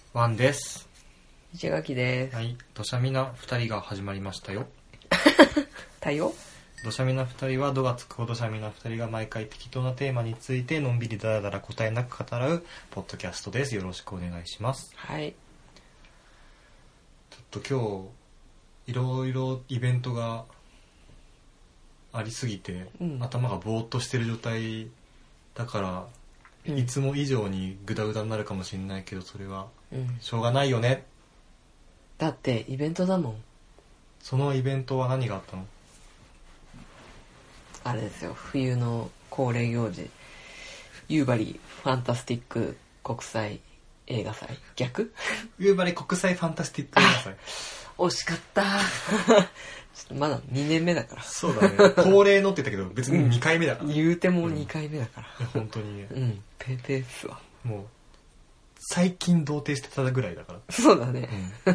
ワンです。 石垣です。 はい、土砂みな2人が始まりましたよ。 対応？ 土砂みな2人は度がつくほど土砂みな2人が毎回適当なテーマについてのんびりだらだら答えなく語らうポッドキャストです。よろしくお願いします。 はい。 ちょっと今日いろいろイベントがありすぎて、頭がぼーっとしてる状態だから、いつも以上にグダグダになるかもしれないけど、それはしょうがないよね。 だってイベントだもん。 そのイベントは何があったの？ あれですよ、冬の恒例行事、夕張ファンタスティック国際映画祭。逆？ 夕張国際ファンタスティック映画祭。 惜しかったちょっとまだ2年目だから。 そうだね。恒例のって言ったけど別に2回目だから、 言うても2回目だから、 本当にね、 ペーペーっすわ。 もう最近童貞してたぐらいだから。 そうだね、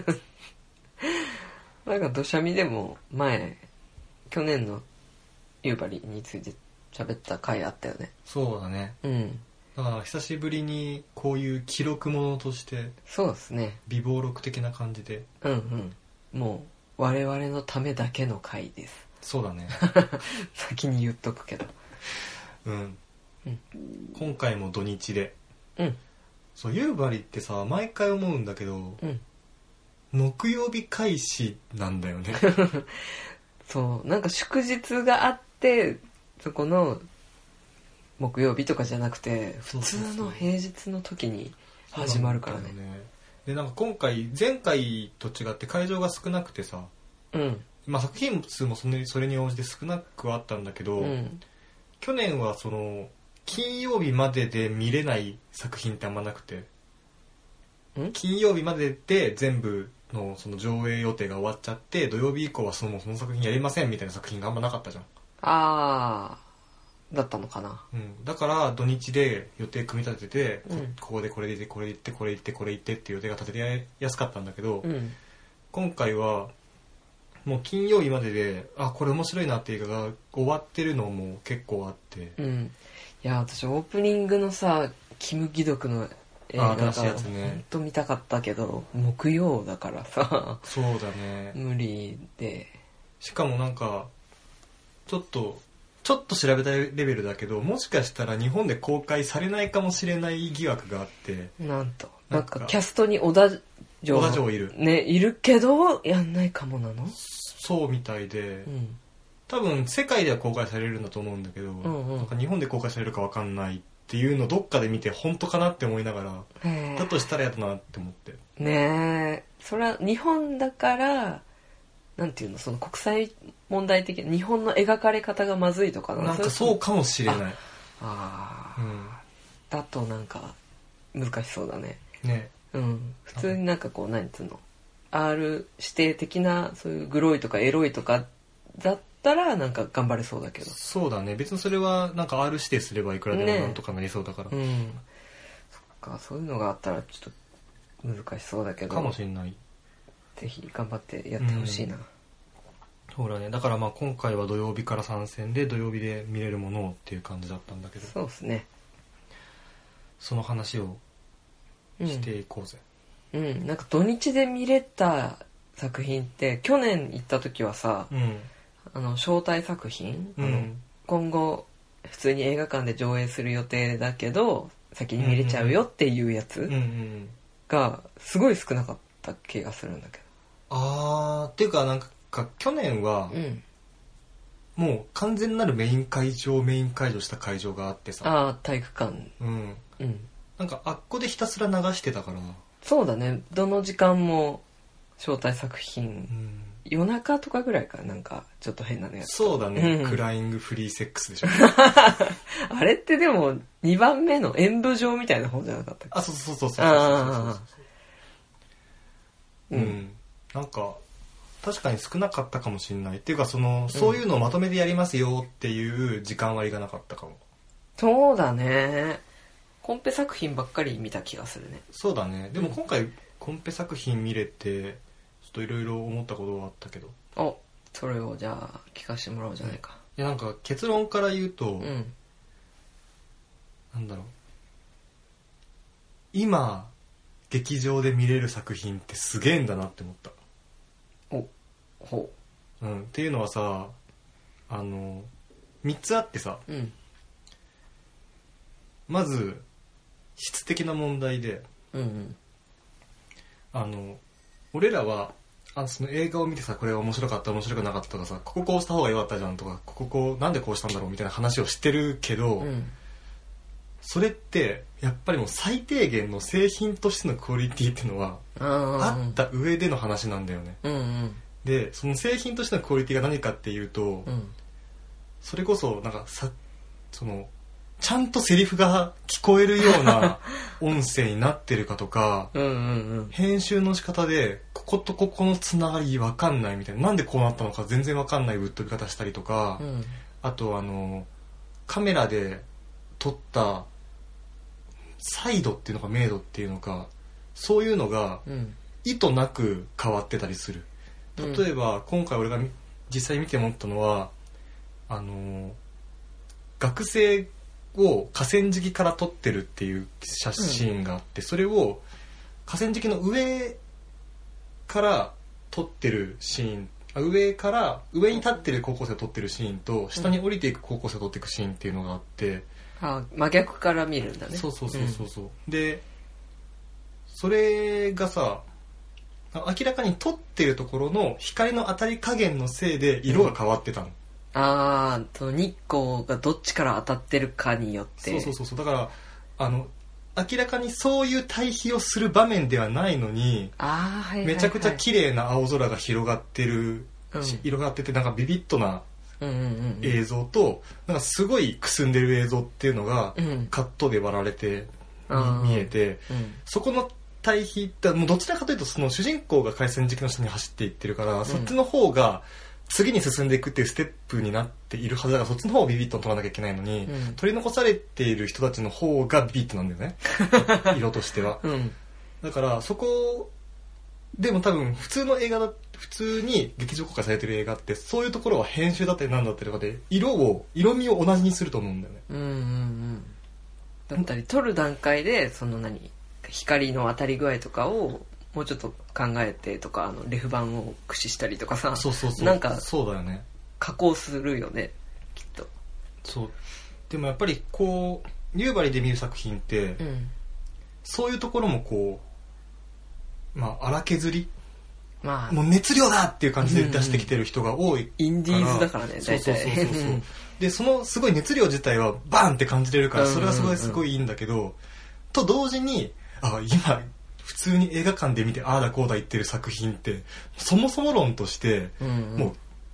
なんか土砂見でも前去年の夕張について喋った回あったよね。 そうだね。だから久しぶりにこういう記録ものとしてそうですね、 備忘録的な感じで、 もう我々のためだけの回です。 そうだね。 先に言っとくけど、 今回も土日で、そう夕張ってさ毎回思うんだけど、木曜日開始なんだよね。 そうなんか祝日があってそこの木曜日とかじゃなくて普通の平日の時に始まるからね。 でなんか今回前回と違って会場が少なくてさ、作品数もそれに応じて少なくはあったんだけど、去年はその金曜日までで見れない作品ってあんまなくて、金曜日までで全部のその上映予定が終わっちゃって土曜日以降はその作品やりませんみたいな作品があんまなかったじゃん。 だったのかな。 だから土日で予定組み立てて、ここでこれでこれ行ってこれ行ってこれ行ってっていう予定が立てやすかったんだけど、今回はもう金曜日まででこれ面白いなって映画が終わってるのも結構あって、 いや私オープニングのさキム・ギドクの映画が本当見たかったけど木曜だからさそうだね、 無理で、 しかもなんかちょっと調べたレベルだけど、もしかしたら日本で公開されないかもしれない疑惑があって、 なんかキャストに小田城いるね、いるけどやんないかもなの。 そうみたいで、多分世界では公開されるんだと思うんだけど、なんか日本で公開されるか分かんないっていうのどっかで見て本当かなって思いながら、だとしたらやだなって思ってねえ、それは日本だからなんていうの、その国際問題的日本の描かれ方がまずいとかなんかそうかもしれない。 だとなんか難しそうだね。普通になんかこう何つうの R 指定的なそういうグロいとかエロいとかだったらなんか頑張れそうだけど。 そうだね、別にそれはなんか R 指定すればいくらでもなんとかなりそうだから、そっか、そういうのがあったらちょっと難しそうだけどかもしれない。 ぜひ頑張ってやってほしいな。 ほらね、だから今回は土曜日から参戦で土曜日で見れるものっていう感じだったんだけど、 そうですね、 その話をしていこうぜ。 なんか土日で見れた作品って去年行った時はさ、招待作品、今後普通に映画館で上映する予定だけど先に見れちゃうよっていうやつがすごい少なかった気がするんだけど。 っていうかなんか去年は、もう完全なるメイン会場した会場があってさ、 体育館、 なんかあっこでひたすら流してたから。 そうだね、どの時間も招待作品、夜中とかぐらいかなんかちょっと変なのやつ。 そうだね、クライングフリーセックスでしょ。 あれってでも2番目の演舞場みたいな方じゃなかったっけ？ そうなんか確かに少なかったかもしれないっていうか、そういうのをまとめてやりますよっていう時間割がなかったかも。 そうだね、コンペ作品ばっかり見た気がするね。 そうだね、でも今回コンペ作品見れてちょっといろいろ思ったことがあったけど、 それをじゃあ聞かせてもらおうじゃないか。 いやなんか結論から言うと、なんだろう、今劇場で見れる作品ってすげえんだなって思った。 ほう。っていうのはさ、3つあってさ、まず質的な問題で、俺らはその映画を見てさ、これは面白かった面白くなかったとかさ、こここうした方が良かったじゃんとか、ここなんでこうしたんだろうみたいな話をしてるけど、それってやっぱりもう最低限の製品としてのクオリティっていうのはあった上での話なんだよね。でその製品としてのクオリティが何かっていうと、それこそなんかそのちゃんとセリフが聞こえるような音声になってるかとか編集の仕方でこことここのつながり分かんないみたいな、なんでこうなったのか全然分かんないぶっ飛び方したりとか、あとカメラで撮ったサイドっていうのか明度っていうのか、そういうのが意図なく変わってたりする。例えば今回俺が実際見て思ったのは、学生を河川敷から撮ってるっていう写真があって、それを河川敷の上から撮ってるシーン、上に立ってる高校生を撮ってるシーンと下に降りていく高校生を撮っていくシーンっていうのがあって、 真逆から見るんだね。 そう、でそれがさ、明らかに撮ってるところの光の当たり加減のせいで色が変わってたの。 その日光がどっちから当たってるかによって。 そうだから明らかにそういう対比をする場面ではないのに、めちゃくちゃ綺麗な青空が広がってる、広がっててなんかビビッドな映像と、なんかすごいくすんでる映像っていうのがカットで割られて見えて、そこの対比ってもうどちらかというとその主人公が河川敷の下に走っていってるから、そっちの方が次に進んでいくっていうステップになっているはずだから、そっちの方をビビッと撮らなきゃいけないのに、取り残されている人たちの方がビビッとなんだよね色としては、だからそこでも多分普通に劇場公開されてる映画ってそういうところは編集だったりなんだったりとかで色味を同じにすると思うんだよね。 だったり撮る段階でその光の当たり具合とかをもうちょっと考えてとか、レフ板を駆使したりとかさ、なんかそうだよね、 加工するよねきっと。 そうでもやっぱりこう夕張で見る作品って、そういうところもこう荒削り、もう熱量だっていう感じで出してきてる人が多いから、 インディーズだからね大体。 でそのすごい熱量自体はバーンって感じれるから、それはすごいいいんだけど、と同時に今普通に映画館で見てああだこうだ言ってる作品ってそもそも論として、もう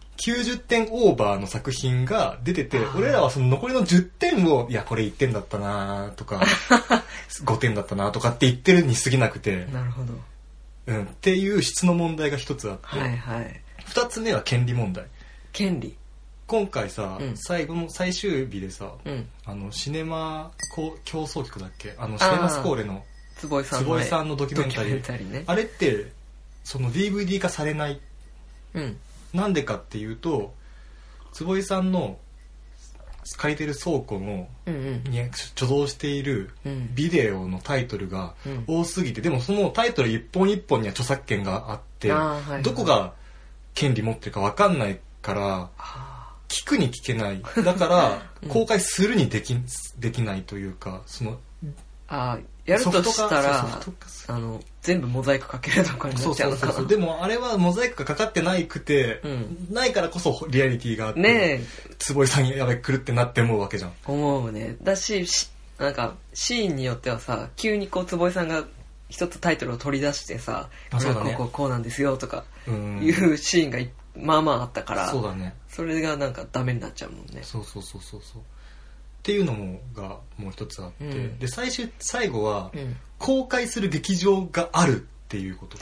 90点オーバーの作品が出てて、俺らはその残りの10点をいやこれ1点だったなとか5点だったなとかって言ってるに過ぎなくて、 なるほど、 っていう質の問題が一つあって、2つ目は権利問題。 権利今回さ、最終日でさ、シネマ競争局だっけ、シネマスコーレの坪井さんのドキュメンタリー、ね、あれってその DVD 化されない、なんでかっていうと、坪井さんの借りてる倉庫の、に貯蔵しているビデオのタイトルが多すぎて、でもそのタイトル一本一本には著作権があって、どこが権利持ってるか分かんないから聞くに聞けない、だから公開するにできないというか、そのやるとしたら全部モザイクかけるとかになっちゃうのかな。 でもあれはモザイクがかかってないくて、ないからこそリアリティがあって、坪井さんやべ来るってなって思うわけじゃん。 思うね。だしなんかシーンによってはさ、急にこう坪井さんが一つタイトルを取り出してさ、こうなんですよとかいうシーンがまあまああったから、 そうだね、 それがなんかダメになっちゃうもんね。 そうっていうのがもう一つあって、で最後は、公開する劇場があるっていうこと。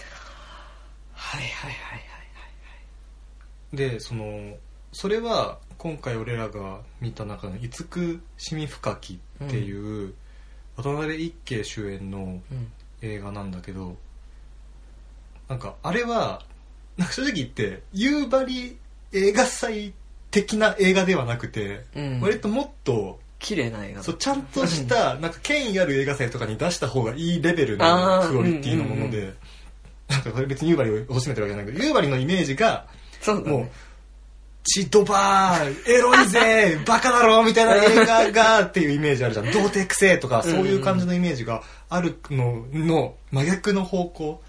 でそれは今回俺らが見た中の「厳しみ深き」っていう、渡辺一慶主演の映画なんだけど、なんかあれは正直言って夕張映画祭的な映画ではなくて、割ともっと綺麗な映画。 そう、ちゃんとしたなんか権威ある映画祭とかに出した方がいいレベルのクオリティのもので、なんかこれ別に夕張を欲しめてるわけじゃないけど、夕張のイメージがもうチッドバーエロいぜバカだろみたいな映画がっていうイメージあるじゃん。童貞くせえとかそういう感じのイメージがあるのの真逆の方向。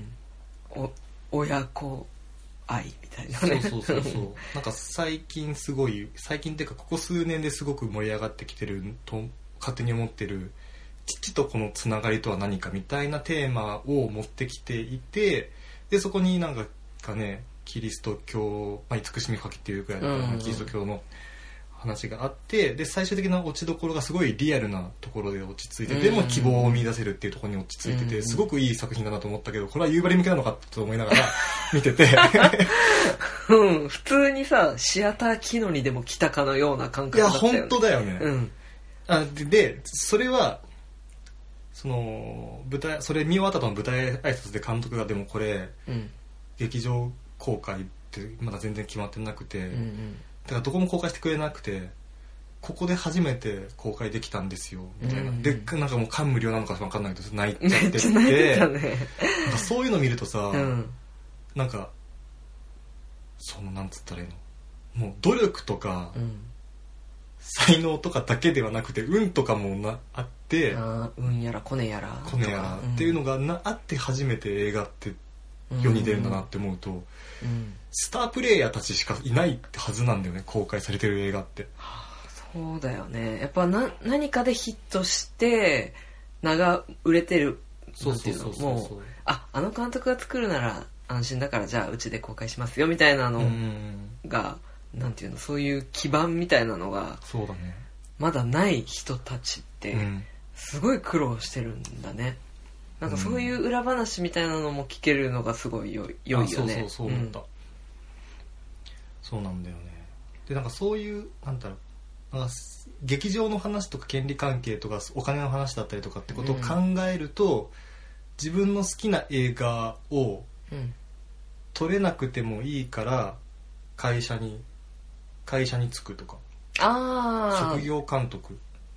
親子愛みたいなね。 そうなんか最近すごい、最近っていうかここ数年ですごく盛り上がってきてると勝手に思ってる、父と子のつながりとは何かみたいなテーマを持ってきていて、でそこになんかね、キリスト教、慈しみ書きっていうくらいだから、キリスト教の話があって、で最終的な落ちどころがすごいリアルなところで落ち着いて、でも希望を見出せるっていうところに落ち着いてて、すごくいい作品だなと思ったけど、これは夕張向けなのかと思いながら見てて普通にさシアターキノにでも来たかのような感覚だったよね。 いや本当だよね。でそれはそのそれ見終わった後の舞台挨拶で監督が、でもこれ、劇場公開ってまだ全然決まってなくて、だからどこも公開してくれなくて、ここで初めて公開できたんですよみたいな、でなんかもう感無量なのか分かんないけど泣いちゃってて、 泣いてたね。 なんかそういうの見るとさ、なんかそのなんつったらいいの、もう努力とか、才能とかだけではなくて運とかもあって、 運やらコネやらっていうのがあって初めて映画って世に出るんだなって思うと、スタープレイヤーたちしかいないはずなんだよね、公開されてる映画って。 そうだよね。やっぱ何かでヒットして名が売れてる。もうあの監督が作るなら安心だから、じゃあうちで公開しますよみたいなのが、なんていうの、そういう基盤みたいなのがそうだね、 まだない人たちってすごい苦労してるんだね。なんかそういう裏話みたいなのも聞けるのがすごい良いよね。 そう思った、そうなんだよね。でなんかそういうなんだろう、なんか劇場の話とか権利関係とかお金の話だったりとかってことを考えると、自分の好きな映画を撮れなくてもいいから会社に就くとか、職業監督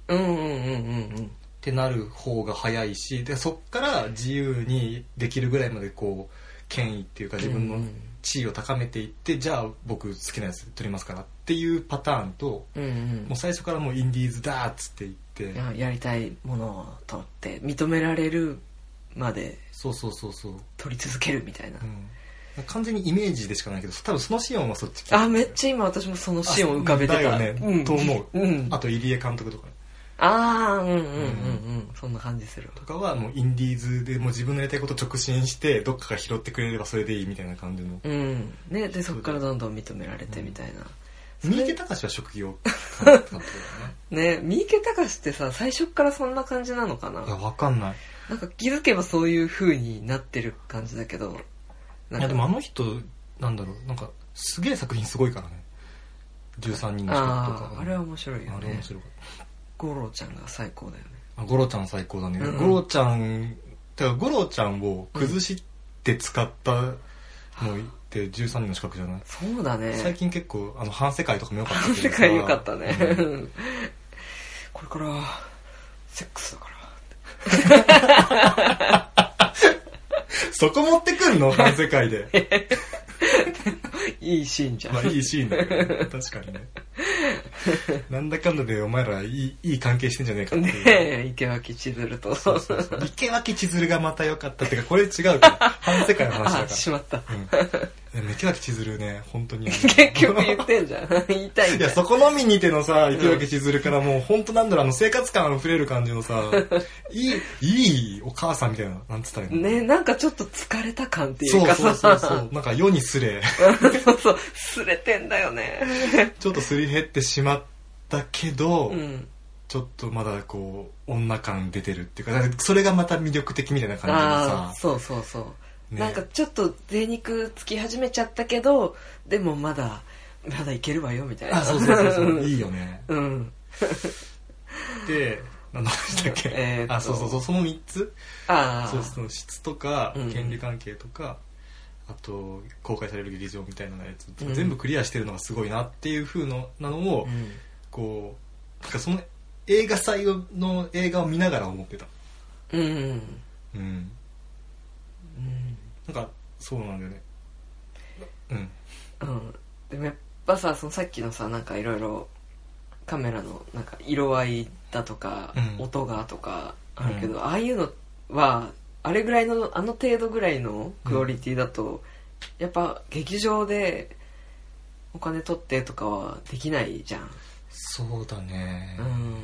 ってなる方が早いし、でそっから自由にできるぐらいまでこう権威っていうか自分の地位を高めていって、じゃあ僕好きなやつ撮りますからっていうパターンと、もう最初からもうインディーズだっつって言ってやりたいものを撮って認められるまで撮り続けるみたいな、 完全にイメージでしかないけど、多分そのシオンはそっち。 めっちゃ今私もそのシオン浮かべてた。 だよね、と思う。あと入江監督とか。 そんな感じする。 とかはもうインディーズでもう自分のやりたいこと直進してどっかが拾ってくれればそれでいいみたいな感じの。 ね、でそこからどんどん認められてみたいな。 三池崇は職業監督だね。三池崇ってさ、最初からそんな感じなのかな。 分かんない。 なんか気づけばそういう風になってる感じだけど。 いやでもあの人なんだろう、なんかすげえ作品すごいからね。13人の人とか。 あれは面白いよね。 あれ面白かった。 五郎ちゃんが最高だよね。 五郎ちゃん最高だね。五郎ちゃんを崩して使ったのって13人の資格じゃない？ そうだね。 最近結構反世界とかも良かったけどさ。反世界良かったね。これからセックスだから。 そこ持ってくんの？反世界で。 いいシーンじゃん。 いいシーンだよね。確かにね。なんだかんだでお前らいい関係してんじゃねえかっていう。 ねえ、池脇千鶴と。 池脇千鶴がまた良かったっていうか、これ違うから。反世界の話だから。 しまった。 池脇千鶴ね、本当に。 結局言ってんじゃん。言いたいんだ。 いや、そこのみにてのさ、池脇千鶴からもう本当なんだろう、生活感あふれる感じのさ、いいお母さんみたいな、なんつったらいいの？ ね、なんかちょっと疲れた感っていうかさ。 そう。なんか世にすれ。 そう、すれてんだよね。 ちょっとすり減ってしまったけど、ちょっとまだこう、女感出てるっていうか、それがまた魅力的みたいな感じのさ。 そう。ね、なんかちょっと贅肉つき始めちゃったけど、でもまだいけるわよみたいな。 そう。いいよね。で、何でしたっけ？その3つ。そう、質とか、権利関係とか、あと公開される劇場みたいなやつ、全部クリアしてるのがすごいなっていう風なのを、こうなんかその映画祭の映画を見ながら思ってた。 うんうんうん、 なんかそうなんだよね。 でもやっぱさ、そのさっきのさ、なんかいろいろカメラのなんか色合いだとか、音がとかあるけど、ああいうのはあれぐらいの、あの程度ぐらいのクオリティだと、やっぱ劇場でお金取ってとかはできないじゃん。 そうだね。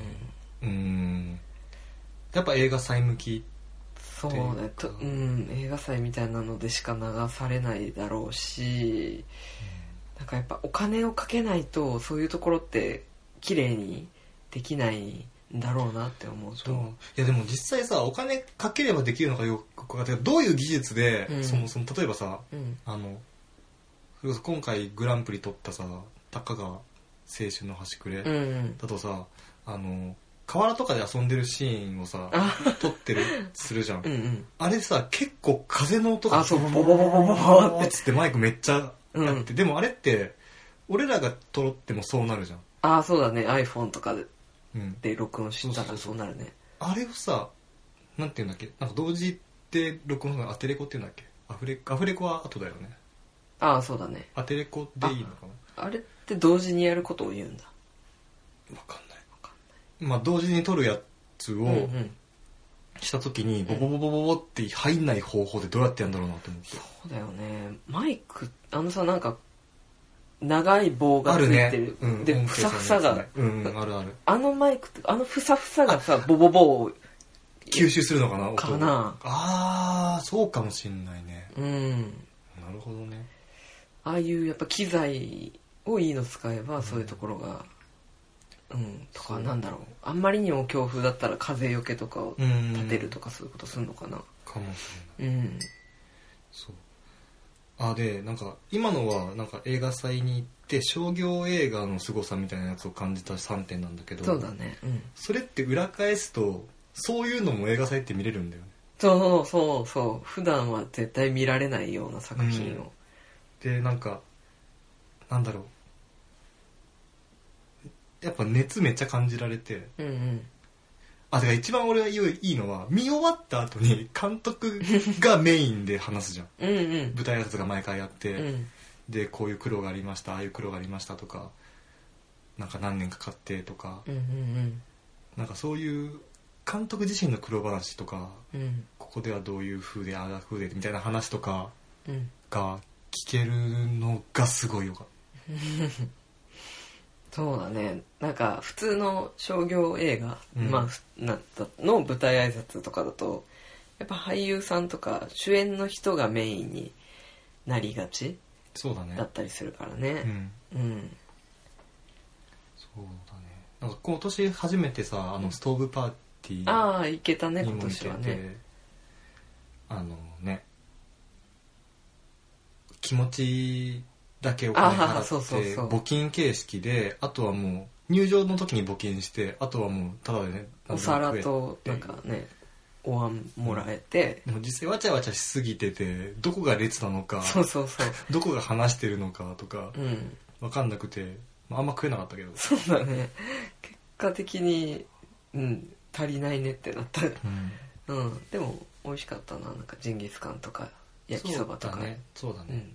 やっぱ映画祭向き。 そうだね。映画祭みたいなのでしか流されないだろうし、なんかやっぱお金をかけないとそういうところって綺麗にできないんだろうなって思うと。 いやでも実際さ、お金かければできるのかよく分かって、どういう技術で、そもそも例えばさ、それこそ今回グランプリ取ったさ、たかが青春の端くれ、だとさ、河原とかで遊んでるシーンをさ撮ってるするじゃん。あれさ、結構風の音がボボボボボボってつってマイクめっちゃやって、でもあれって俺らが撮ってもそうなるじゃん。 そうだね。 iPhone とかで録音したらそうなるね。 あれをさ、なんていうんだっけ、なんか同時で録音するのアテレコっていうんだっけ。アフレコは後だよね。 そうだね。 アテレコでいいのかな。あれって同時にやることを言うんだ。 わかんない。まあ同時に撮るやつをした時にボボボボボボって入んない方法でどうやってやるんだろうなって思って。 そうだよね。マイクさ、なんか長い棒がついてる、でふさふさが、 あるある。 あのマイクってふさふさがさ、ボボボを吸収するのかな、音かな。 そうかもしんないね。なるほどね。 ああいうやっぱ機材をいいの使えば、そういうところがとか、なんだろう、あんまりにも強風だったら風よけとかを立てるとか、そういうことするのかな。 かもしれない。そうで、なんか今のはなんか映画祭に行って商業映画の凄さみたいなやつを感じた3点なんだけど、 そうだね。 それって裏返すとそういうのも映画祭って見れるんだよね。 そう普段は絶対見られないような作品を、 で、なんかなんだろう、やっぱ熱めっちゃ感じられて、だから一番俺がいいのは、見終わった後に監督がメインで話すじゃん。舞台挨拶が毎回やって、でこういう苦労がありました、ああいう苦労がありましたとか、なんか何年かかってとか、なんかそういう監督自身の苦労話とか、ここではどういう風でああいう風でみたいな話とかが聞けるのがすごいよかった。 そうだね。なんか普通の商業映画、の舞台挨拶とかだと、やっぱ俳優さんとか主演の人がメインになりがちだったりするからね。 そうだね。なんか今年初めてさ、ストーブパーティー行けたね、今年はね。 気持ちだけお金払って募金形式で、あとはもう入場の時に募金して、あとはもうただでね、 お皿となんかね、お椀もらえて、 でも実際わちゃわちゃしすぎてて、どこが列なのか、どこが話してるのかとか分かんなくて、あんま食えなかったけど。 そうだね。結果的に足りないねってなった。でも美味しかったな。なんかジンギスカンとか焼きそばとかそうだね。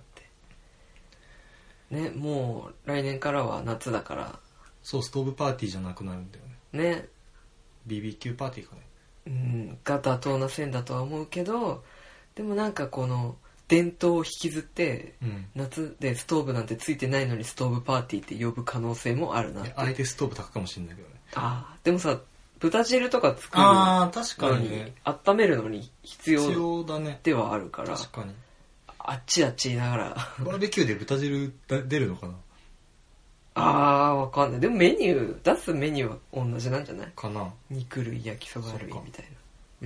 ね、もう来年からは夏だから、 ストーブパーティーじゃなくなるんだよね。 ね、 BBQ パーティーかね。 が妥当な線だとは思うけど、でもなんかこの伝統を引きずって、夏でストーブなんてついてないのにストーブパーティーって呼ぶ可能性もあるなって。 あえてストーブ炊くかもしれないけどね。 でもさ、豚汁とか作るのに確かにね、 温めるのに必要だね。 ではあるから、 確かにあっちあっち言いながらバーベキューで豚汁出るのかな。 わかんない。でも出すメニューは同じなんじゃないかな。 肉類、焼きそば類みたいな。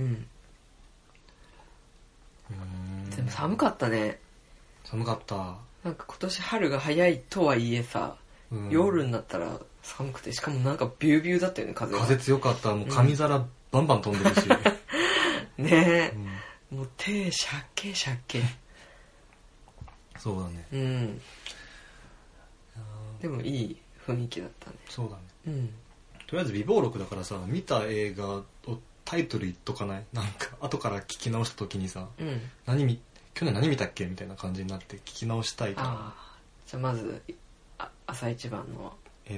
でも寒かったね。 寒かった。 なんか今年春が早いとはいえさ、夜になったら寒くて、しかもなんかビュービューだったよね、 風強かった。もう紙皿バンバン飛んでるしねえ、もう手シャッケシャッケ。 そうだね。 でもいい雰囲気だったね。 そうだね。 とりあえず備忘録だからさ、見た映画をタイトル言っとかない？なんか後から聞き直した時にさ、去年何見たっけみたいな感じになって聞き直したいから。 じゃあまず朝一番の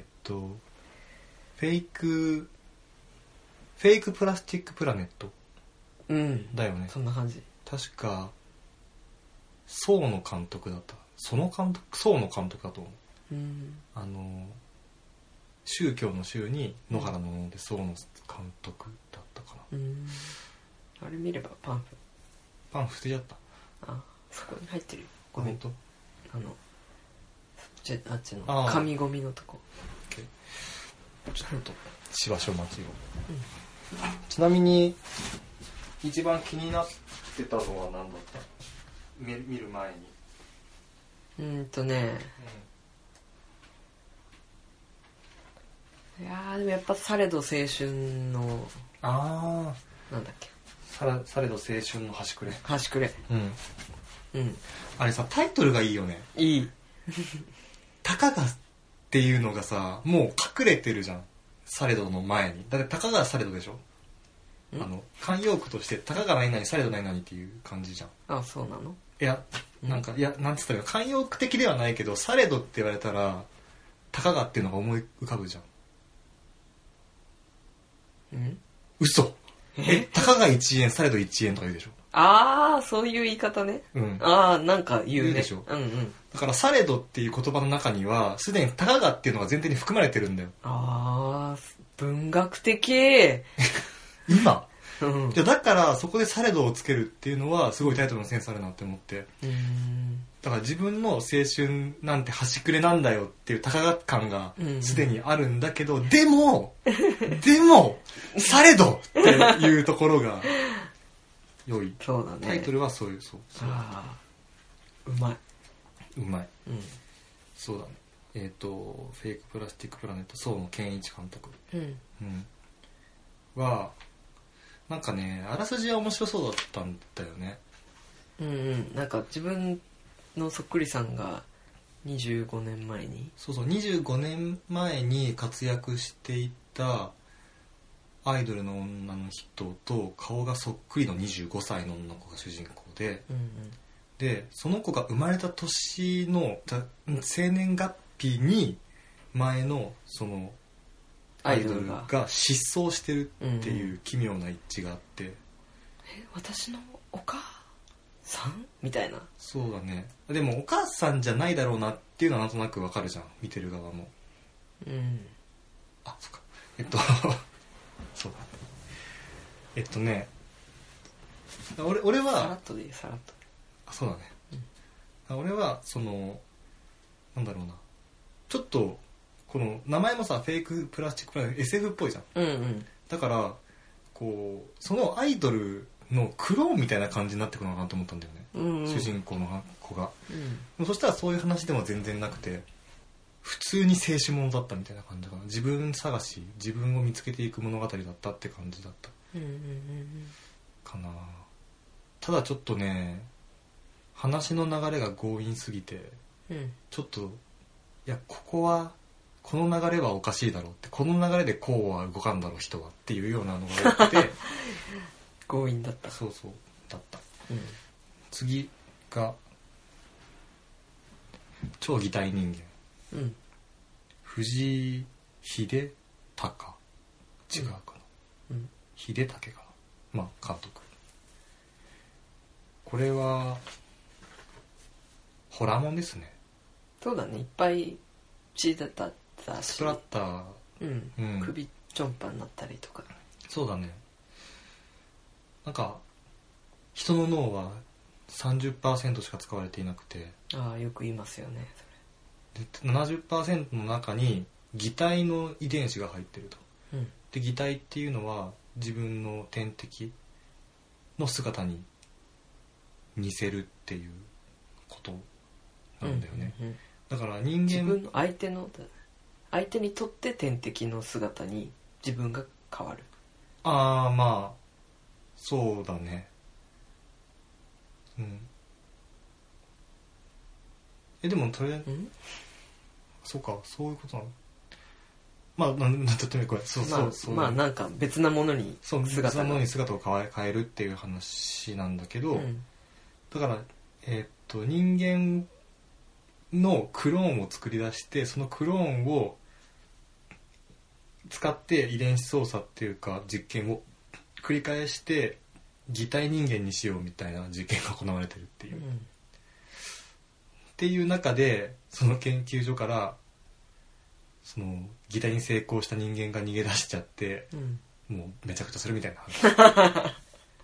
フェイクプラスティックプラネット、だよね。 そんな感じ。 確か宋の監督だった。宋の監督だと思う。宗教の宗に野原の野で宋の監督だったかな。 あれ見ればパンフ捨てちゃった。 そこに入ってるよ。 ごめんとあっちの神ゴミのとこ。 ちょっとしばしお待ちを。ちなみに一番気になってたのは何だった？見る前に。 いやでもやっぱされど青春のなんだっけ、 されど青春の端くれ。あれさ、タイトルがいいよね。 いい。 たかがっていうのがさ、もう隠れてるじゃん。されどの前に。だってたかがされどでしょ。慣用句としてたかが何々されど何々っていう感じじゃん。 そうなの？ いやなんて言ったら慣用句的ではないけど、されどって言われたらたかがっていうのが思い浮かぶじゃん。嘘。たかが1円されど1円とか言うでしょ。 そういう言い方ね。なんか言うね。 でしょ。だからされどっていう言葉の中にはすでにたかがっていうのが前提に含まれてるんだよ。 文学的。 今だからそこでされどをつけるっていうのはすごいタイトルのセンスあるなって思って。だから自分の青春なんて端くれなんだよっていうたかが感がすでにあるんだけど、でもされどっていうところが良い。 そうだね。 タイトルはそう。 うまい。 そうだね。フェイクプラスティックプラネット、宋の健一監督はなんかね、あらすじは面白そうだったんだよね。 なんか自分のそっくりさんが25年前に 25年前に活躍していたアイドルの女の人と顔がそっくりの25歳の女の子が主人公で、でその子が生まれた年の生年月日に前のそのアイドルが失踪してるっていう奇妙な一致があって、 私のお母さんみたいな。 そうだね。でもお母さんじゃないだろうなっていうのはなんとなくわかるじゃん、見てる側も。そっか。そうだね。俺はさらっとでいい、さらっと。 そうだね。俺はなんだろうな、ちょっとこの名前もさ、フェイクプラスチックプラネット SF っぽいじゃん。だからこうそのアイドルのクローンみたいな感じになってくるのかなと思ったんだよね、主人公の子が。そしたらそういう話でも全然なくて、普通に青春ものだったみたいな感じかな。自分探し、自分を見つけていく物語だったって感じだったかな。ただちょっとね、話の流れが強引すぎて、ちょっといや、この流れはおかしいだろうって、この流れでこうは動かんだろう人はっていうようなのが多くて強引だった。 そうだった。次が超擬態人間、藤井秀隆、違うかな、秀武が監督。これはホラーもんですね。 そうだね、いっぱい血だったし、 スプラッター、 首ちょんぱになったりとか。 そうだね。なんか人の脳は 30% しか使われていなくて、 よく言いますよねで 70% の中に擬態の遺伝子が入ってると、で擬態っていうのは自分の天敵の姿に似せるっていうことなんだよね、だから人間、 自分の相手にとって天敵の姿に自分が変わる。 そうだね。でもとりあえず、そうか、そういうことなの。 まあなんとってもこれまあなんか別なものに別なものに姿を変えるっていう話なんだけど、だから人間のクローンを作り出して、そのクローンを使って遺伝子操作っていうか実験を繰り返して擬態人間にしようみたいな実験が行われてるっていう、っていう中でその研究所からその擬態に成功した人間が逃げ出しちゃって、もうめちゃくちゃするみたいな話、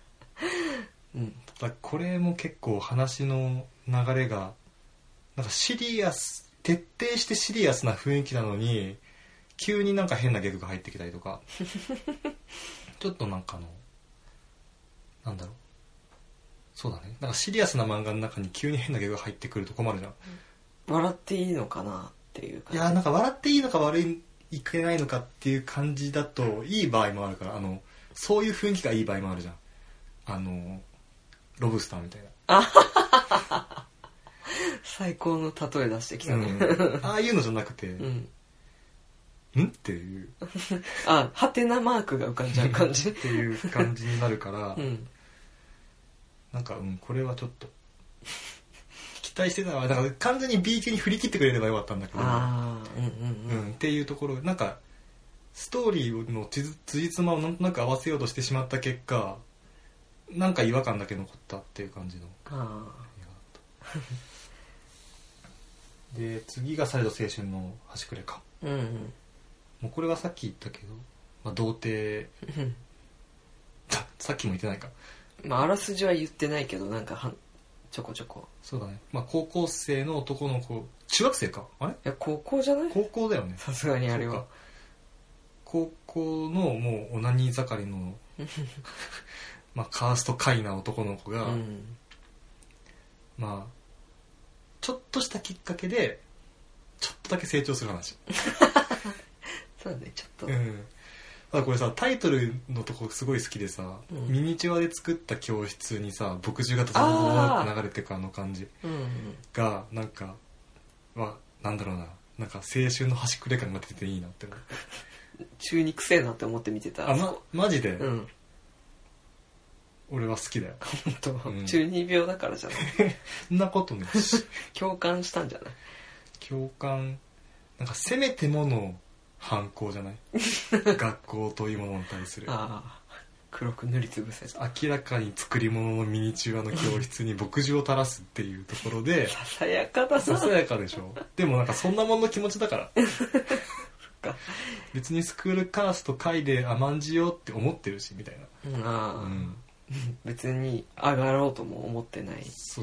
だこれも結構話の流れがなんか徹底してシリアスな雰囲気なのに急になんか変なギャグが入ってきたりとかちょっとなんかなんだろう、そうだね、なんかシリアスな漫画の中に急に変なギャグが入ってくると困るじゃん。 笑っていいのかなっていう感じ。 いやなんか笑っていいのか悪いけないのかっていう感じだといい場合もあるから、そういう雰囲気がいい場合もあるじゃん。ロブスターみたいな最高の例え出してきたね、 ああいうのじゃなくて、っていうハテナマークが浮かんじゃう感じっていう感じになるから、なんかこれはちょっと期待してたのはだから完全に B 級に振り切ってくれればよかったんだけど、っていうところなんかストーリーの辻褄をなんとなく合わせようとしてしまった結果なんか違和感だけ残ったっていう感じので次が再度青春の端くれか、もうこれはさっき言ったけど、まあ、童貞さっきも言ってないか、 まああらすじは言ってないけどなんかちょこちょこそうだね、まあ、高校生の男の子中学生かあれ、いや高校じゃない、 高校だよねさすがにあれは高校のもうオナニー盛りのまあカースト下位な男の子が、まあちょっとしたきっかけでちょっとだけ成長する話そうだねちょっと、 だこれさタイトルのとこすごい好きでさ、ミニチュアで作った教室にさ牧汁がドドドドって流れてくあの感じがなんかなんだろうな、なんか青春の端くれ感が出てていいなって思って中にくせえなって思って見てた。 マジで、俺は好きだよ本当、中二病だからじゃないそんなことね共感したんじゃない、 共感なんかせめてもの反抗じゃない学校というものに対する黒く塗りつぶせ明らかに作り物のミニチュアの教室に牧汁を垂らすっていうところでささやかだな、 ささやかでしょでもなんかそんなもんの気持ちだから別にスクールカースト会で甘んじようって思ってるしみたいな、 別に上がろうとも思ってない。 そう、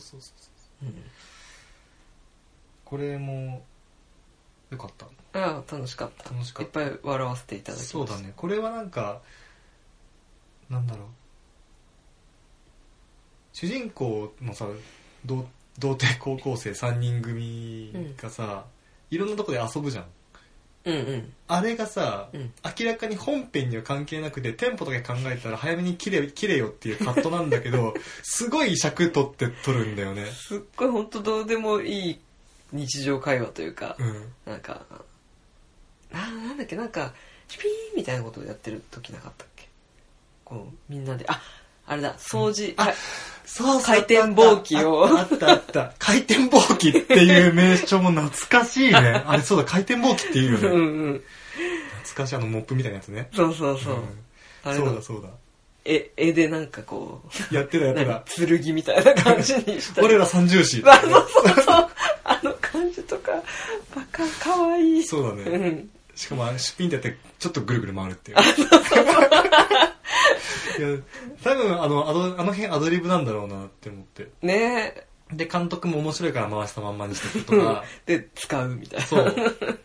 これもよかった。 楽しかった。いっぱい笑わせていただきました。 そうだね、これはなんかなんだろう、主人公のさ童貞高校生3人組がさ、いろんなとこで遊ぶじゃん。あれがさ、明らかに本編には関係なくてテンポだけ考えたら早めに切れよっていうカットなんだけどすごい尺取って撮るんだよね。 すっごい本当どうでもいい日常会話というか、なんかなんだっけ、なんかピーみたいなことをやってる時なかったっけ、こうみんなであれだ掃除、 そう回転箒機をあった回転箒機っていう名称も懐かしいねあれそうだ回転箒機っていうよね懐かしい、モップみたいなやつね。 そう、 あれそうだ絵でなんかこうやってた剣みたいな感じにした俺ら三重視そうあの感じとかバカかわいい。 そうだね、しかもシュピンってやってちょっとぐるぐる回るっていういや多分あの辺アドリブなんだろうなって思ってねえ。で監督も面白いから回したまんまにしてるとかで使うみたいな。 そう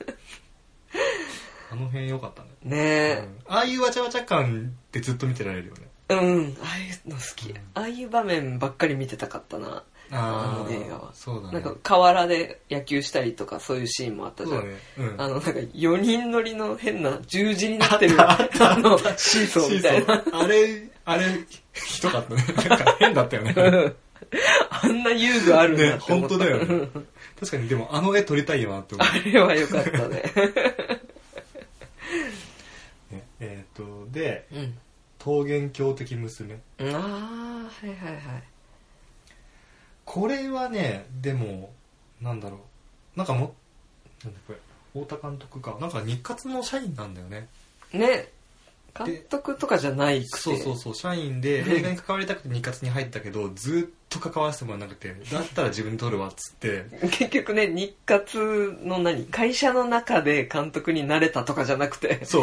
あの辺良かったね。 ねえ、 ああいうわちゃわちゃ感ってずっと見てられるよね。 ああいうの好き、ああいう場面ばっかり見てたかったな、あの映画は。 そうだね、 なんか河原で野球したりとかそういうシーンもあったじゃん。 そうだね、 なんか4人乗りの変な十字になってるシーソーみたいなあれひどかったねなんか変だったよねあんな遊具あるんだって思った、 本当だよね確かに。でも絵撮りたいよなって思う。 あれは良かったね人で、桃源郷的娘。 ああ、はいはいはい。 これはね、でもなんだろう、なんだこれ、太田監督か、なんか日活の社員なんだよね。 ね、監督とかじゃないくて。 そう社員で映画に関わりたくて日活に入ったけど、ずっと関わらせてもらわなくて、だったら自分で撮るわっつって結局ね、日活の会社の中で監督になれたとかじゃなくて、 そう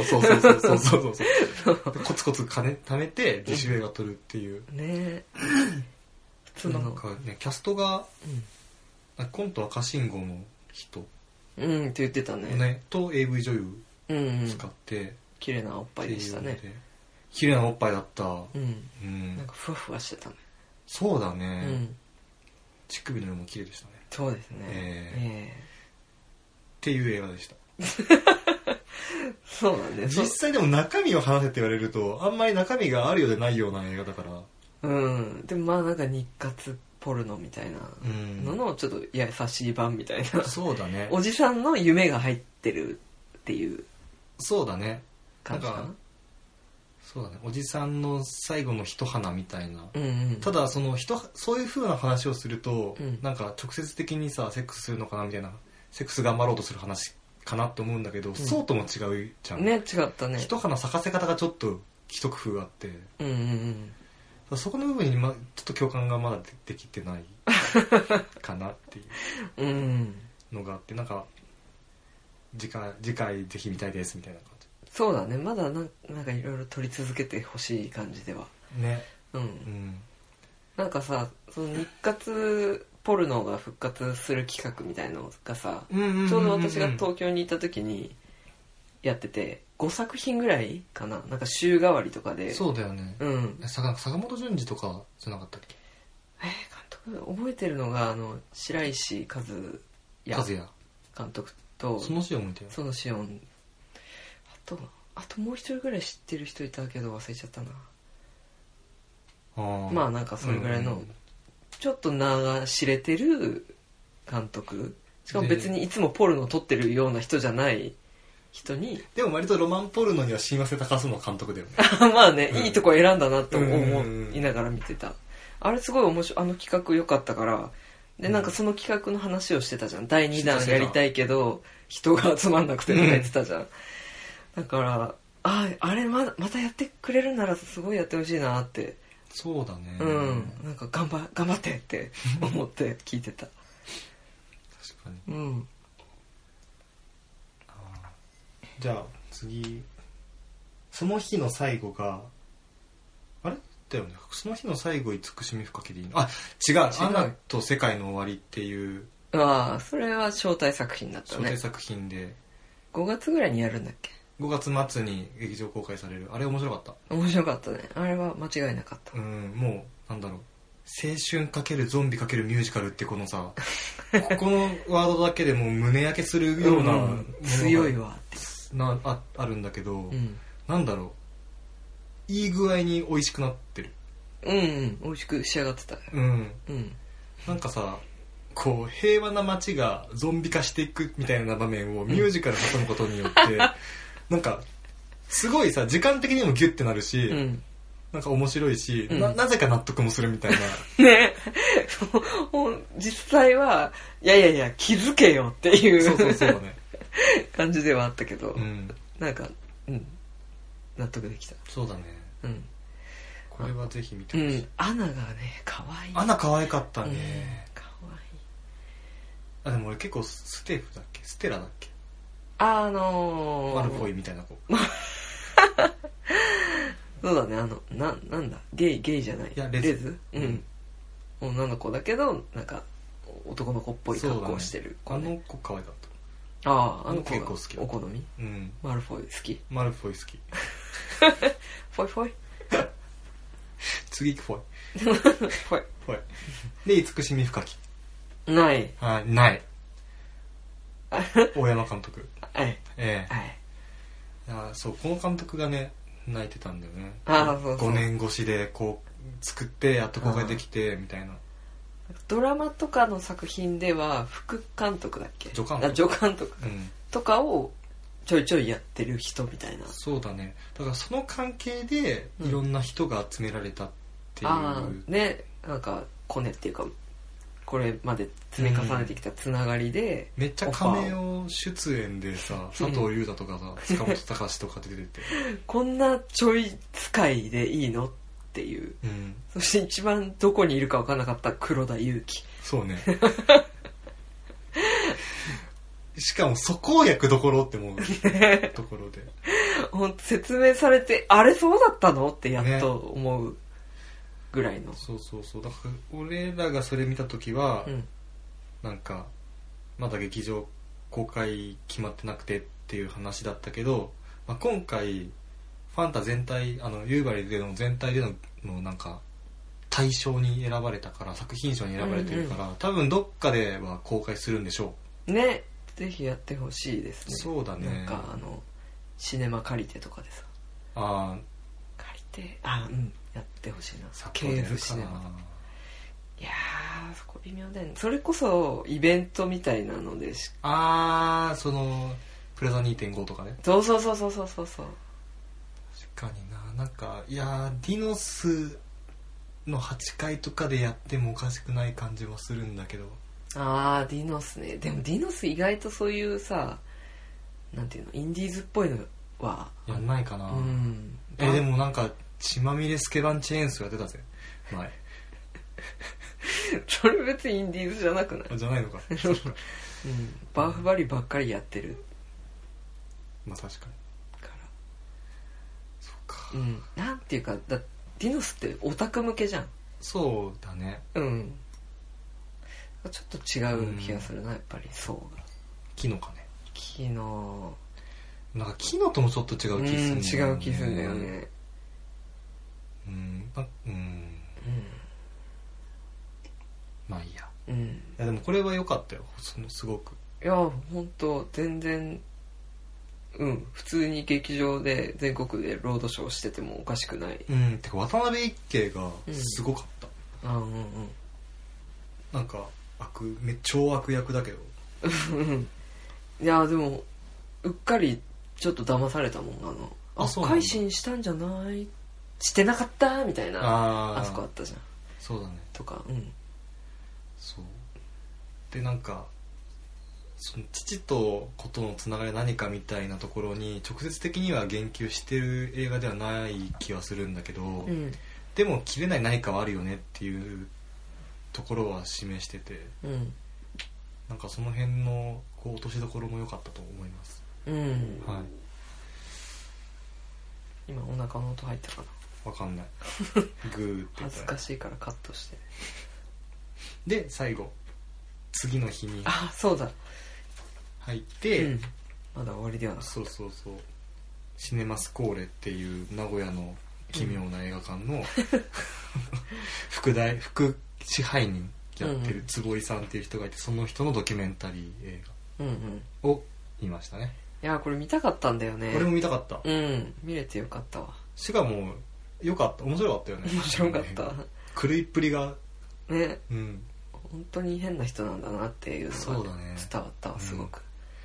コツコツ金貯めて自主映画撮るっていうね。普通のなんかね、キャストが、コント赤信号の人って言ってたね。 と AV 女優使って、 綺麗なおっぱいでしたね。 綺麗なおっぱいだった。 なんかふわふわしてたね。 そうだね。乳首の色も綺麗でしたね。 そうですね。 っていう映画でした。 そうなんです。 実際でも中身を話せって言われると、あんまり中身があるようでないような映画だから。 でもまあなんか日活ポルノみたいなののちょっと優しい版みたいな。 そうだね。 おじさんの夢が入ってるっていう。 そうだね。 感じかな。 そうだね。おじさんの最後の一花みたいな。ただそういう風な話をすると、なんか直接的にさセックスするのかなみたいな、セックス頑張ろうとする話かなって思うんだけど、そうとも違うじゃん。 ね、違ったね。 一花咲かせ方がちょっと一工夫があって。そこの部分にちょっと共感がまだできてないかなっていうのがあって、なんか次回ぜひ見たいですみたいな感じ。 そうだね、まだなんかいろいろ撮り続けてほしい感じではね。 なんかさ、その日活ポルノが復活する企画みたいのがさ、ちょうど私が東京にいた時にやってて、5作品ぐらいかな、なんか週替わりとかで。 そうだよね。坂本淳二とかじゃなかったっけ。 監督覚えてるのが白石和也監督とそのシオンみたいな。 そのシオン、あともう一人ぐらい知ってる人いたけど忘れちゃったな。まあなんかそれぐらいのちょっと名が知れてる監督、しかも別にいつもポルノ撮ってるような人じゃない人に。 でも割とロマンポルノには親和性高そうな監督だよね。 まあね、いいとこ選んだなと思いながら見てた。あれすごい面白い、企画良かったから。でなんかその企画の話をしてたじゃん。第2弾やりたいけど人が集まんなくてとか言ってたじゃん。だからあれまたやってくれるならすごいやってほしいなって。 そうだね。 なんか頑張ってって思って聞いてた。 確かに。じゃあ次、その日の最後があれだよね。その日の最後慈しみ深きでいいの。違う。アナと世界の終わりっていう。 それは招待作品だったね。 招待作品で 5月ぐらいにやるんだっけ。 5月末に劇場公開される。あれ面白かった。 面白かったね。あれは間違いなかった。 もうなんだろう、青春×ゾンビ×ミュージカルってこのさここのワードだけでもう胸焼けするような強いわってあるんだけど、なんだろう、いい具合に美味しくなってる。 美味しく仕上がってた。 なんかさ、こう平和な街がゾンビ化していくみたいな場面をミュージカルで挟むことによって、なんかすごいさ、時間的にもギュッてなるし、なんか面白いし、なぜか納得もするみたいな。 ね、実際はいや気づけよっていうそうね感じではあったけど、なんか納得できた。 そうだね。これはぜひ見てほしい。 アナがね可愛い。 アナ可愛かったね。 可愛い。でも俺結構ステラだっけ。 マルフォイみたいな子。 そうだね、なんだ、ゲイじゃない。 いや、レズ。 女の子だけど、なんか、男の子っぽい格好をしてる子、ね。あの子可愛かった。 あの子結構好き。 お好み？マルフォイ好き？ マルフォイ好き。 フォイ次フォイ。 フォイ。 で、慈しみ深き。 ない。 ない。大山監督。そう、この監督がね、泣いてたんだよね。5年越しでこう作ってやっと公開できてみたいな。 ドラマとかの作品では副監督だっけ。 助監督とかをちょいちょいやってる人みたいな。 そうだね。だからその関係でいろんな人が集められたっていう、 ああね、なんかコネっていうかこれまで積み重ねてきたつながりで、 めっちゃ亀を出演でさ、佐藤裕太とかさ、塚本隆とか出ててこんなちょい使いでいいのっていう、そして一番どこにいるか分からなかった黒田祐樹。 そうねしかもそこを役どころって思うところでほんと説明されてあれそうだったのってやっと思うぐらいの、 そうそうそう。だから俺らがそれ見た時は、なんかまだ劇場公開決まってなくてっていう話だったけど、まあ、今回ファンタ全体夕張での全体でのなんか大賞に選ばれたから、作品賞に選ばれてるから、多分どっかでは公開するんでしょうね。ぜひやってほしいですね。 そうだね。 なんかシネマ借りてとかでさ、借りてやってほしいな。系譜シネマ。いやーそこ微妙だよね。それこそイベントみたいなのでそのプラザ 2.5 とかね。 そう確かになんかいやディノスの8階とかでやってもおかしくない感じはするんだけど。 ディノスね。でもディノス意外とそういうさ、なんていうの、インディーズっぽいのはやんないかな。でもなんか血まみれスケバンチェーンスやってたぜ前それ別にインディーズじゃなくない？ じゃないのかバーフバリばっかりやってる。 まあ確かにからそっか。 なんていうかディノスってオタク向けじゃん。 そうだね。 ちょっと違う気がするな、やっぱり層が。 キノかね。 キノなんかキノともちょっと違う気する違う気するんだよね。 まあいいや。いやでもこれは良かったよ、すごく。 いや本当全然普通に劇場で全国でロードショーしててもおかしくない。 てか渡辺一慶がすごかった。なんか超悪役だけどいやでもうっかりちょっと騙されたもん。改心したんじゃない、してなかったみたいな、あそこあったじゃん。 そうだね。 とかそうで、なんかその父と子とのつながり何かみたいなところに直接的には言及してる映画ではない気はするんだけど、でも切れない何かはあるよねっていうところは示してて、なんかその辺の落としどころも良かったと思います。はい。 今お腹の音入ったかな。わかんない。グーって恥ずかしいからカットして。 で最後次の日にそうだ入って、 まだ終わりではなかった。 そうシネマスコーレっていう名古屋の奇妙な映画館の副支配人やってる坪井さんっていう人がいて、その人のドキュメンタリー映画を見ましたね。 いやこれ見たかったんだよね。 これも見たかった。 見れてよかったわ。 しかもよかった、面白かったよね。 面白かった。 狂いっぷりがね、本当に変な人なんだなっていうのが伝わったわ、すごく。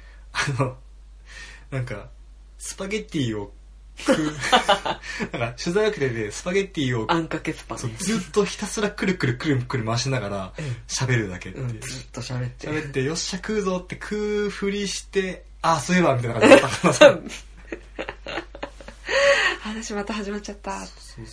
なんかスパゲッティをなんか取材受けててスパゲッティをあんかけスパね、 ずっとひたすらくるくる回しながら喋るだけっていう、 ずっと喋ってよっしゃ食うぞって食うふりして、そういえばみたいな感じだったから話また始まっちゃった。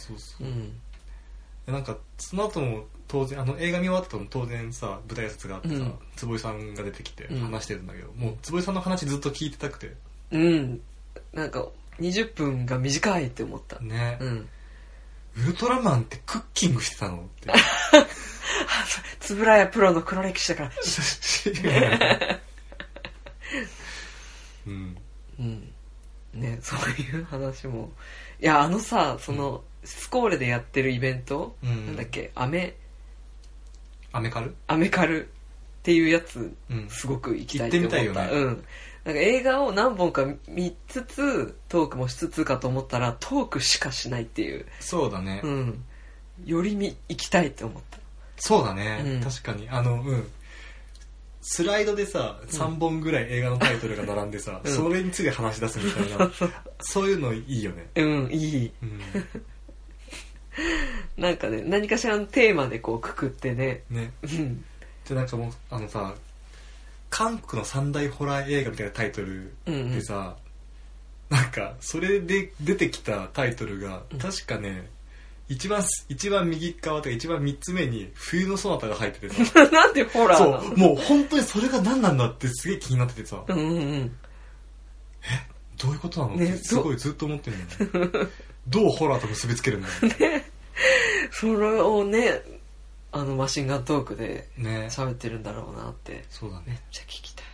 なんかその後も当然映画見終わった後も当然さ舞台挨拶があってさ、坪井さんが出てきて話してるんだけど、もう坪井さんの話ずっと聞いてたくて、 なんか20分が短いって思ったね。ウルトラマンってクッキングしてたのって円谷プロの黒歴史だからね、そういう話も。いやそのスコーレでやってるイベント、なんだっけ、アメカルっていうやつ、すごく行きたいと思った。行ってみたいよね。なんか映画を何本か見つつトークもしつつかと思ったらトークしかしないっていう。 そうだね。 より行きたいって思った。 そうだね、確かにスライドでさ、3本ぐらい映画のタイトルが並んでさ、それについて話し出すみたいな、そういうのいいよね。 いい。なんかね、何かしらのテーマでこうくくってね。 で、なんかもう、韓国の三大ホラー映画みたいなタイトルでさ、なんか、それで出てきたタイトルが、確かね、一番右側とか一番3つ目に冬のソナタが入っててさなんでホラーなの？ そう、もう本当にそれが何なんだってすげえ気になっててさ、どういうことなのってすごいずっと思ってるんだよね。どうホラーと結びつけるんだよね。 それをね、マシンガントークで喋ってるんだろうなって、 そうだね、 めっちゃ聞きたい。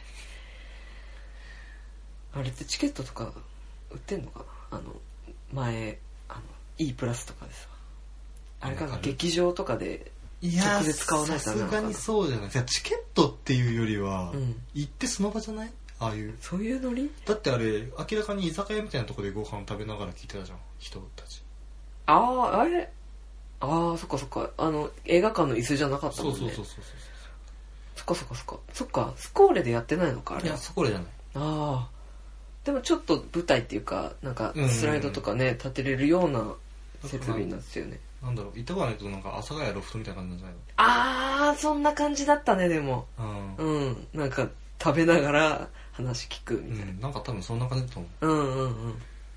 あれってチケットとか売ってんのかな？前E プラスとかでさ、あれかな、劇場とかで直接買わないとダメなのかな。さすがにそうじゃない。チケットっていうよりは、行ってその場じゃない？ああいう。 そういうノリ？ だってあれ、明らかに居酒屋みたいなところでご飯食べながら聞いてたじゃん、人たち。 あれそっかそっか。映画館の椅子じゃなかったもんね。そう。そっか。そっか、スコーレでやってないのか、あれ。 いや、スコーレじゃない。 でもちょっと舞台っていうか、なんかスライドとかね、立てれるような設備になってたよね。 なんだろう、板橋となんか阿佐ヶ谷ロフトみたいな感じなんじゃないの？そんな感じだったね、でも。なんか食べながら話聞くみたいな。 なんか多分そんな感じだと思う。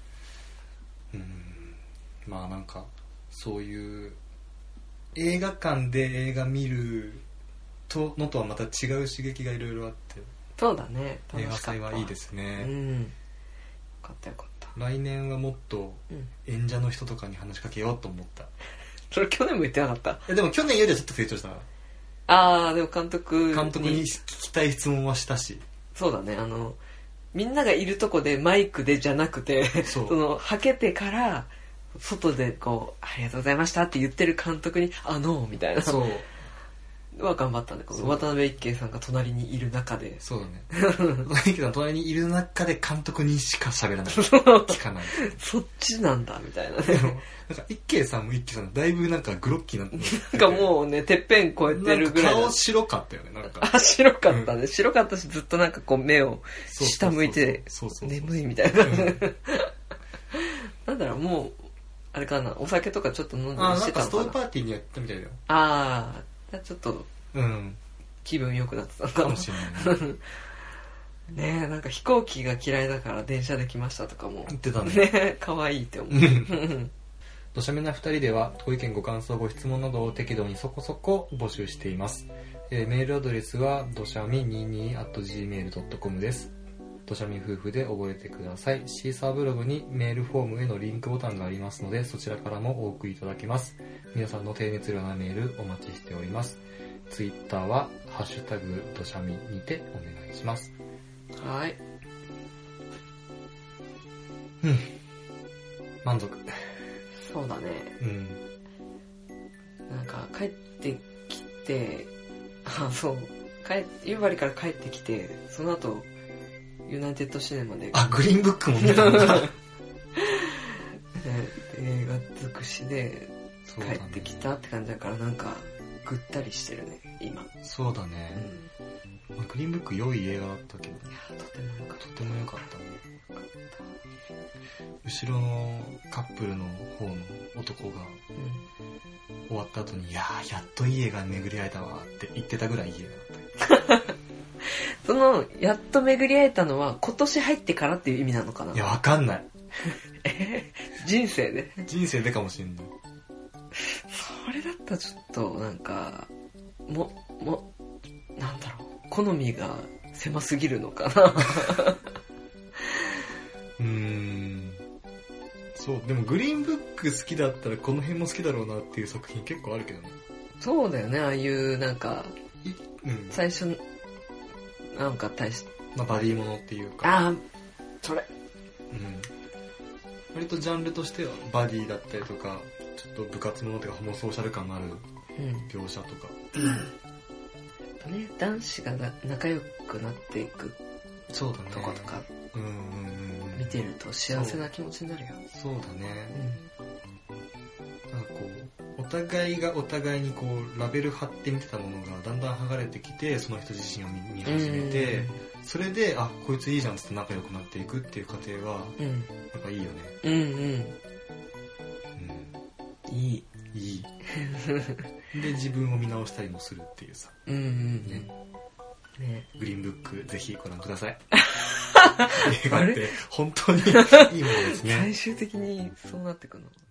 まあなんか、そういう映画館で映画見るのとはまた違う刺激がいろいろあって、 そうだね、 映画祭はいいですね。 よかった。 来年はもっと演者の人とかに話しかけようと思った。 それ去年も言ってなかった？ でも去年よりはちょっと成長した。 でも監督に聞きたい質問はしたし。 そうだね、みんながいるとこでマイクでじゃなくて、はけてから外でこう、ありがとうございましたって言ってる監督に、みたいな。そう。は頑張ったんで、渡辺一慶さんが隣にいる中で。 そうだね。渡辺一慶さん隣にいる中で監督にしか喋らない。聞かない。 そっちなんだ、みたいなね。 でも、なんか一慶さんも一慶さんだいぶなんかグロッキーなんかもうね、てっぺん超えてるぐらい。 顔白かったよね、なんか。 白かったね。白かったし、ずっとなんかこう目を下向いて、眠いみたいな。なんだろう、もう、あれかな、お酒とかちょっと飲んでしてたのかな。 なんかストーブパーティーにやったみたいだよ。 ちょっと気分良くなってたのかもしれないね。なんか飛行機が嫌いだから電車で来ましたとかも言ってたね。 可愛いって思う。 土砂目な2人ではご意見ご感想ご質問などを適度にそこそこ募集しています。メールアドレスはどしゃみ22@gmail.com です。どしゃみ夫婦で覚えてください。シーサーブログにメールフォームへのリンクボタンがありますので、そちらからもお送りいただけます。皆さんの低熱量なメールお待ちしております。ツイッターはハッシュタグどしゃみにてお願いします。 はい。 満足。 そうだね。なんか帰ってきて、夕張から帰ってきて、その後ユナイテッドシネマでグリーンブックも見たんだ。 映画尽くしで帰ってきたって感じだから、なんかぐったりしてるね今。 そうだね、グリーンブック良い映画だったけど、 いやとても良かったね。後ろのカップルの方の男が、終わった後にやっといい映画巡り会えたわって言ってたぐらいいい映画だった。 そのやっと巡り会えたのは今年入ってからっていう意味なのかな。 いや、わかんない。 人生でかもしれない。 それだったらちょっとなんかなんだろう、好みが狭すぎるのかな。 そう、でもグリーンブック好きだったらこの辺も好きだろうなっていう作品結構あるけどね。 そうだよね、ああいうなんか、最初なんかバディものっていうか、 それ割とジャンルとしてはバディだったりとか、ちょっと部活ものとかホモソーシャル感のある描写とか、 男子が仲良くなっていくとことか見てると幸せな気持ちになるよ。 そうだね、なんかこう大互いがお互いにこうラベル貼って見てたものがだんだん剥がれてきて、その人自身を見始めて、それでこいついいじゃんって仲良くなっていくっていう過程は、やっぱいいよね。 うんうん、いいで自分を見直したりもするっていうさ、ね、グリーンブックぜひご覧ください。映画って本当にいいものですね。 最終的にそうなってくるの。